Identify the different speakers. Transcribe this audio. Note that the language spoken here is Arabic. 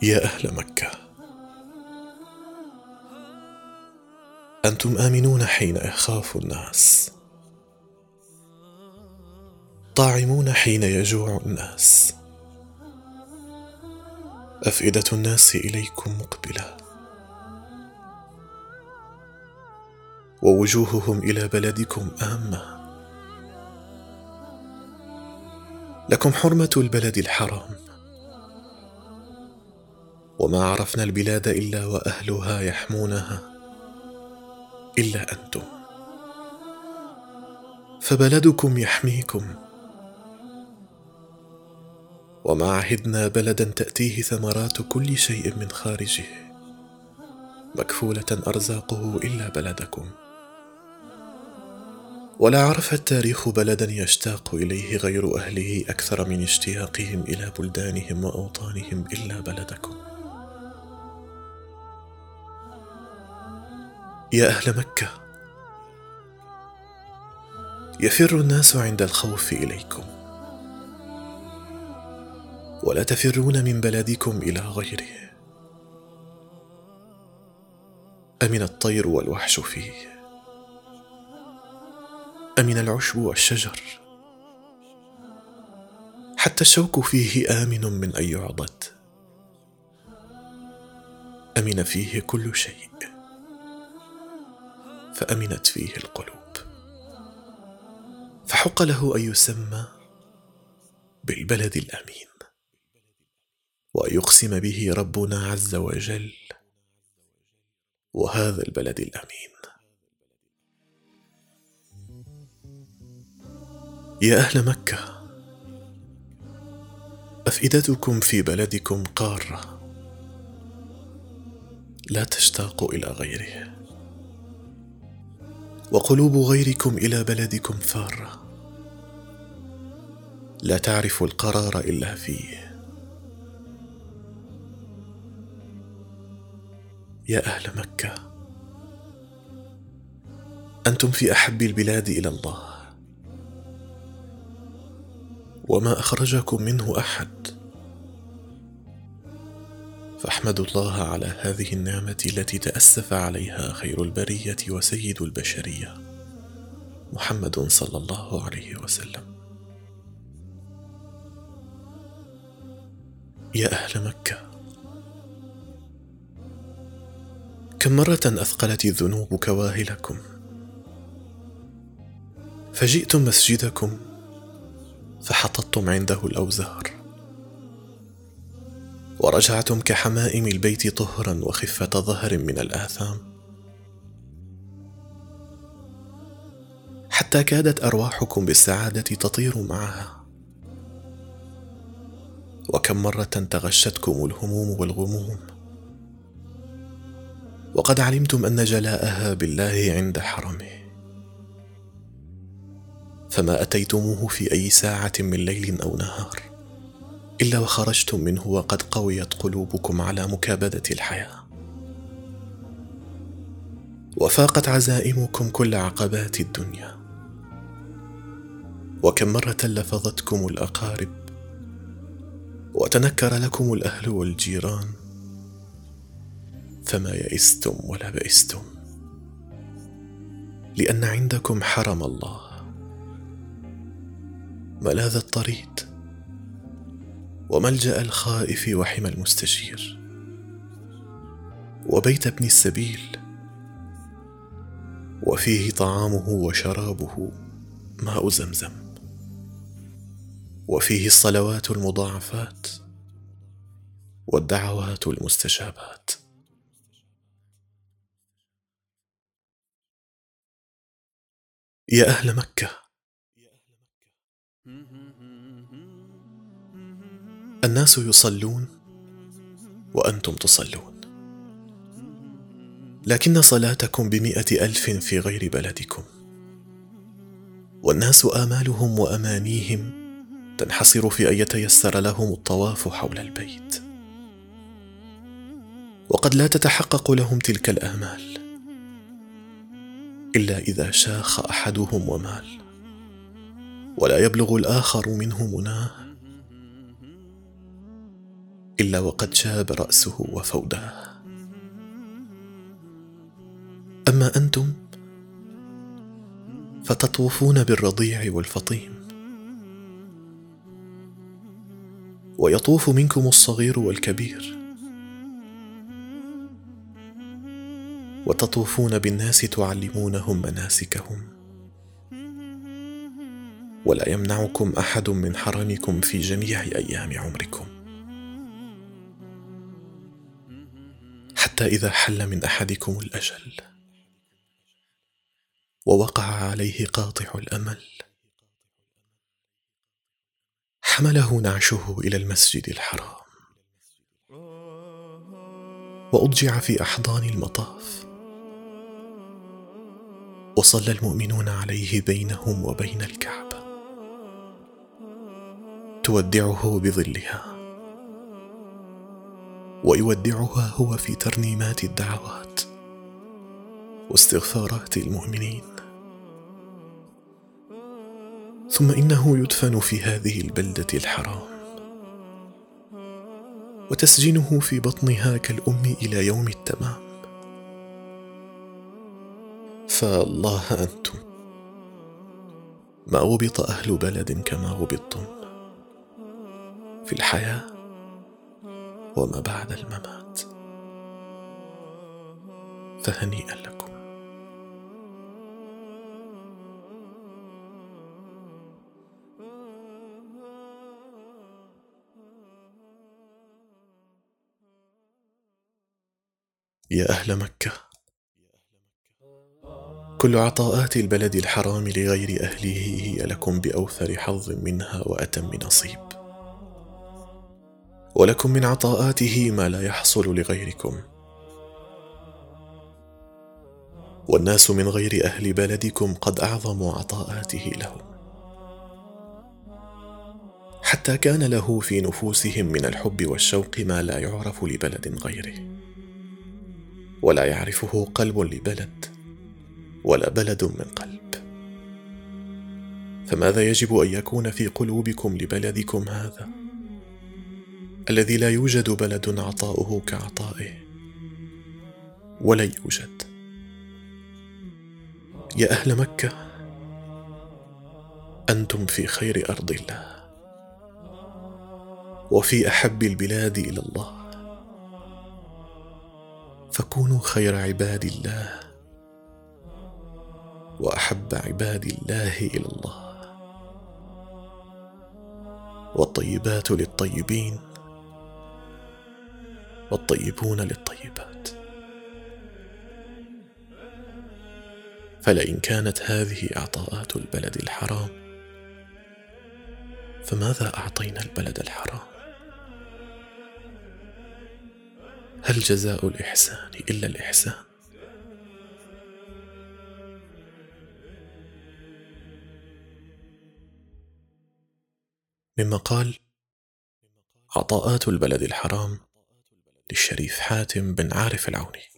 Speaker 1: يا أهل مكة، أنتم آمنون حين يخاف الناس، طاعمون حين يجوع الناس، أفئدة الناس إليكم مقبلة، ووجوههم إلى بلدكم آمة. لكم حرمة البلد الحرام، وما عرفنا البلاد إلا وأهلها يحمونها إلا أنتم، فبلدكم يحميكم. وما عهدنا بلدا تأتيه ثمرات كل شيء من خارجه مكفولة أرزاقه إلا بلدكم. ولا عرف التاريخ بلدا يشتاق إليه غير أهله أكثر من اشتياقهم إلى بلدانهم وأوطانهم إلا بلدكم. يا أهل مكة، يفر الناس عند الخوف إليكم، ولا تفرون من بلدكم إلى غيره. أمن الطير والوحش فيه، أمن العشب والشجر، حتى الشوك فيه آمن من أن يعضد. أمن فيه كل شيء، فأمنت فيه القلوب، فحق له أن يسمى بالبلد الأمين، وأن يقسم به ربنا عز وجل: وهذا البلد الأمين. يا أهل مكة، أفئدتكم في بلدكم قارة لا تشتاق إلى غيره، وقلوب غيركم إلى بلدكم فارة لا تعرف القرار إلا فيه. يا أهل مكة، أنتم في أحب البلاد إلى الله، وما أخرجكم منه أحد، فاحمدوا الله على هذه النعمة التي تأسف عليها خير البرية وسيد البشرية محمد صلى الله عليه وسلم. يا أهل مكة، كم مرة أثقلت الذنوب كواهلكم، فجئتم مسجدكم فحططتم عنده الأوزار، ورجعتم كحمائم البيت طهرا وخفة ظهر من الآثام، حتى كادت أرواحكم بالسعادة تطير معها. وكم مرة تغشتكم الهموم والغموم، وقد علمتم أن جلاءها بالله عند حرمه، فما أتيتموه في أي ساعة من ليل أو نهار إلا وخرجتم منه وقد قويت قلوبكم على مكابدة الحياة، وفاقت عزائمكم كل عقبات الدنيا. وكم مرة لفظتكم الأقارب، وتنكر لكم الأهل والجيران، فما يئستم ولا بئستم، لأن عندكم حرم الله، ملاذ الطريد، وملجأ الخائف وحمى المستجير، وبيت ابن السبيل، وفيه طعامه وشرابه ماء زمزم، وفيه الصلوات المضاعفات والدعوات المستجابات. يا أهل مكة، الناس يصلون وأنتم تصلون، لكن صلاتكم ب100,000 في غير بلدكم، والناس آمالهم وأمانيهم تنحصر في أن يتيسر لهم الطواف حول البيت، وقد لا تتحقق لهم تلك الآمال إلا إذا شاخ أحدهم ومال، ولا يبلغ الآخر منه مناه إلا وقد شاب رأسه وفوداه. أما أنتم فتطوفون بالرضيع والفطيم، ويطوف منكم الصغير والكبير، وتطوفون بالناس تعلمونهم مناسكهم، ولا يمنعكم أحد من حرمكم في جميع أيام عمركم، حتى إذا حل من أحدكم الأجل ووقع عليه قاطع الأمل، حمله نعشه إلى المسجد الحرام، وأضجع في أحضان المطاف، وصلى المؤمنون عليه بينهم وبين الكعبة، تودعه بظلها، ويودعها هو في ترنيمات الدعوات واستغفارات المؤمنين. ثم إنه يدفن في هذه البلدة الحرام، وتسجنه في بطنها كالأم إلى يوم التمام. فالله أنتم، ما غبط أهل بلد كما غبطتم في الحياة وما بعد الممات، فهنيئا لكم. يا أهل مكة، كل عطاءات البلد الحرام لغير أهله هي لكم بأوفر حظ منها وأتم نصيب، ولكم من عطاءاته ما لا يحصل لغيركم، والناس من غير أهل بلدكم قد أعظموا عطاءاته لهم، حتى كان له في نفوسهم من الحب والشوق ما لا يعرف لبلد غيره، ولا يعرفه قلب لبلد ولا بلد من قلب. فماذا يجب أن يكون في قلوبكم لبلدكم هذا الذي لا يوجد بلد عطاؤه كعطائه، ولا يوجد. يا أهل مكة، أنتم في خير أرض الله، وفي أحب البلاد إلى الله، فكونوا خير عباد الله وأحب عباد الله إلى الله. والطيبات للطيبين والطيبون للطيبات. فلئن كانت هذه عطاءات البلد الحرام، فماذا أعطينا البلد الحرام؟ هل جزاء الإحسان إلا الإحسان؟ مما قال: عطاءات البلد الحرام للشريف حاتم بن عارف العوني.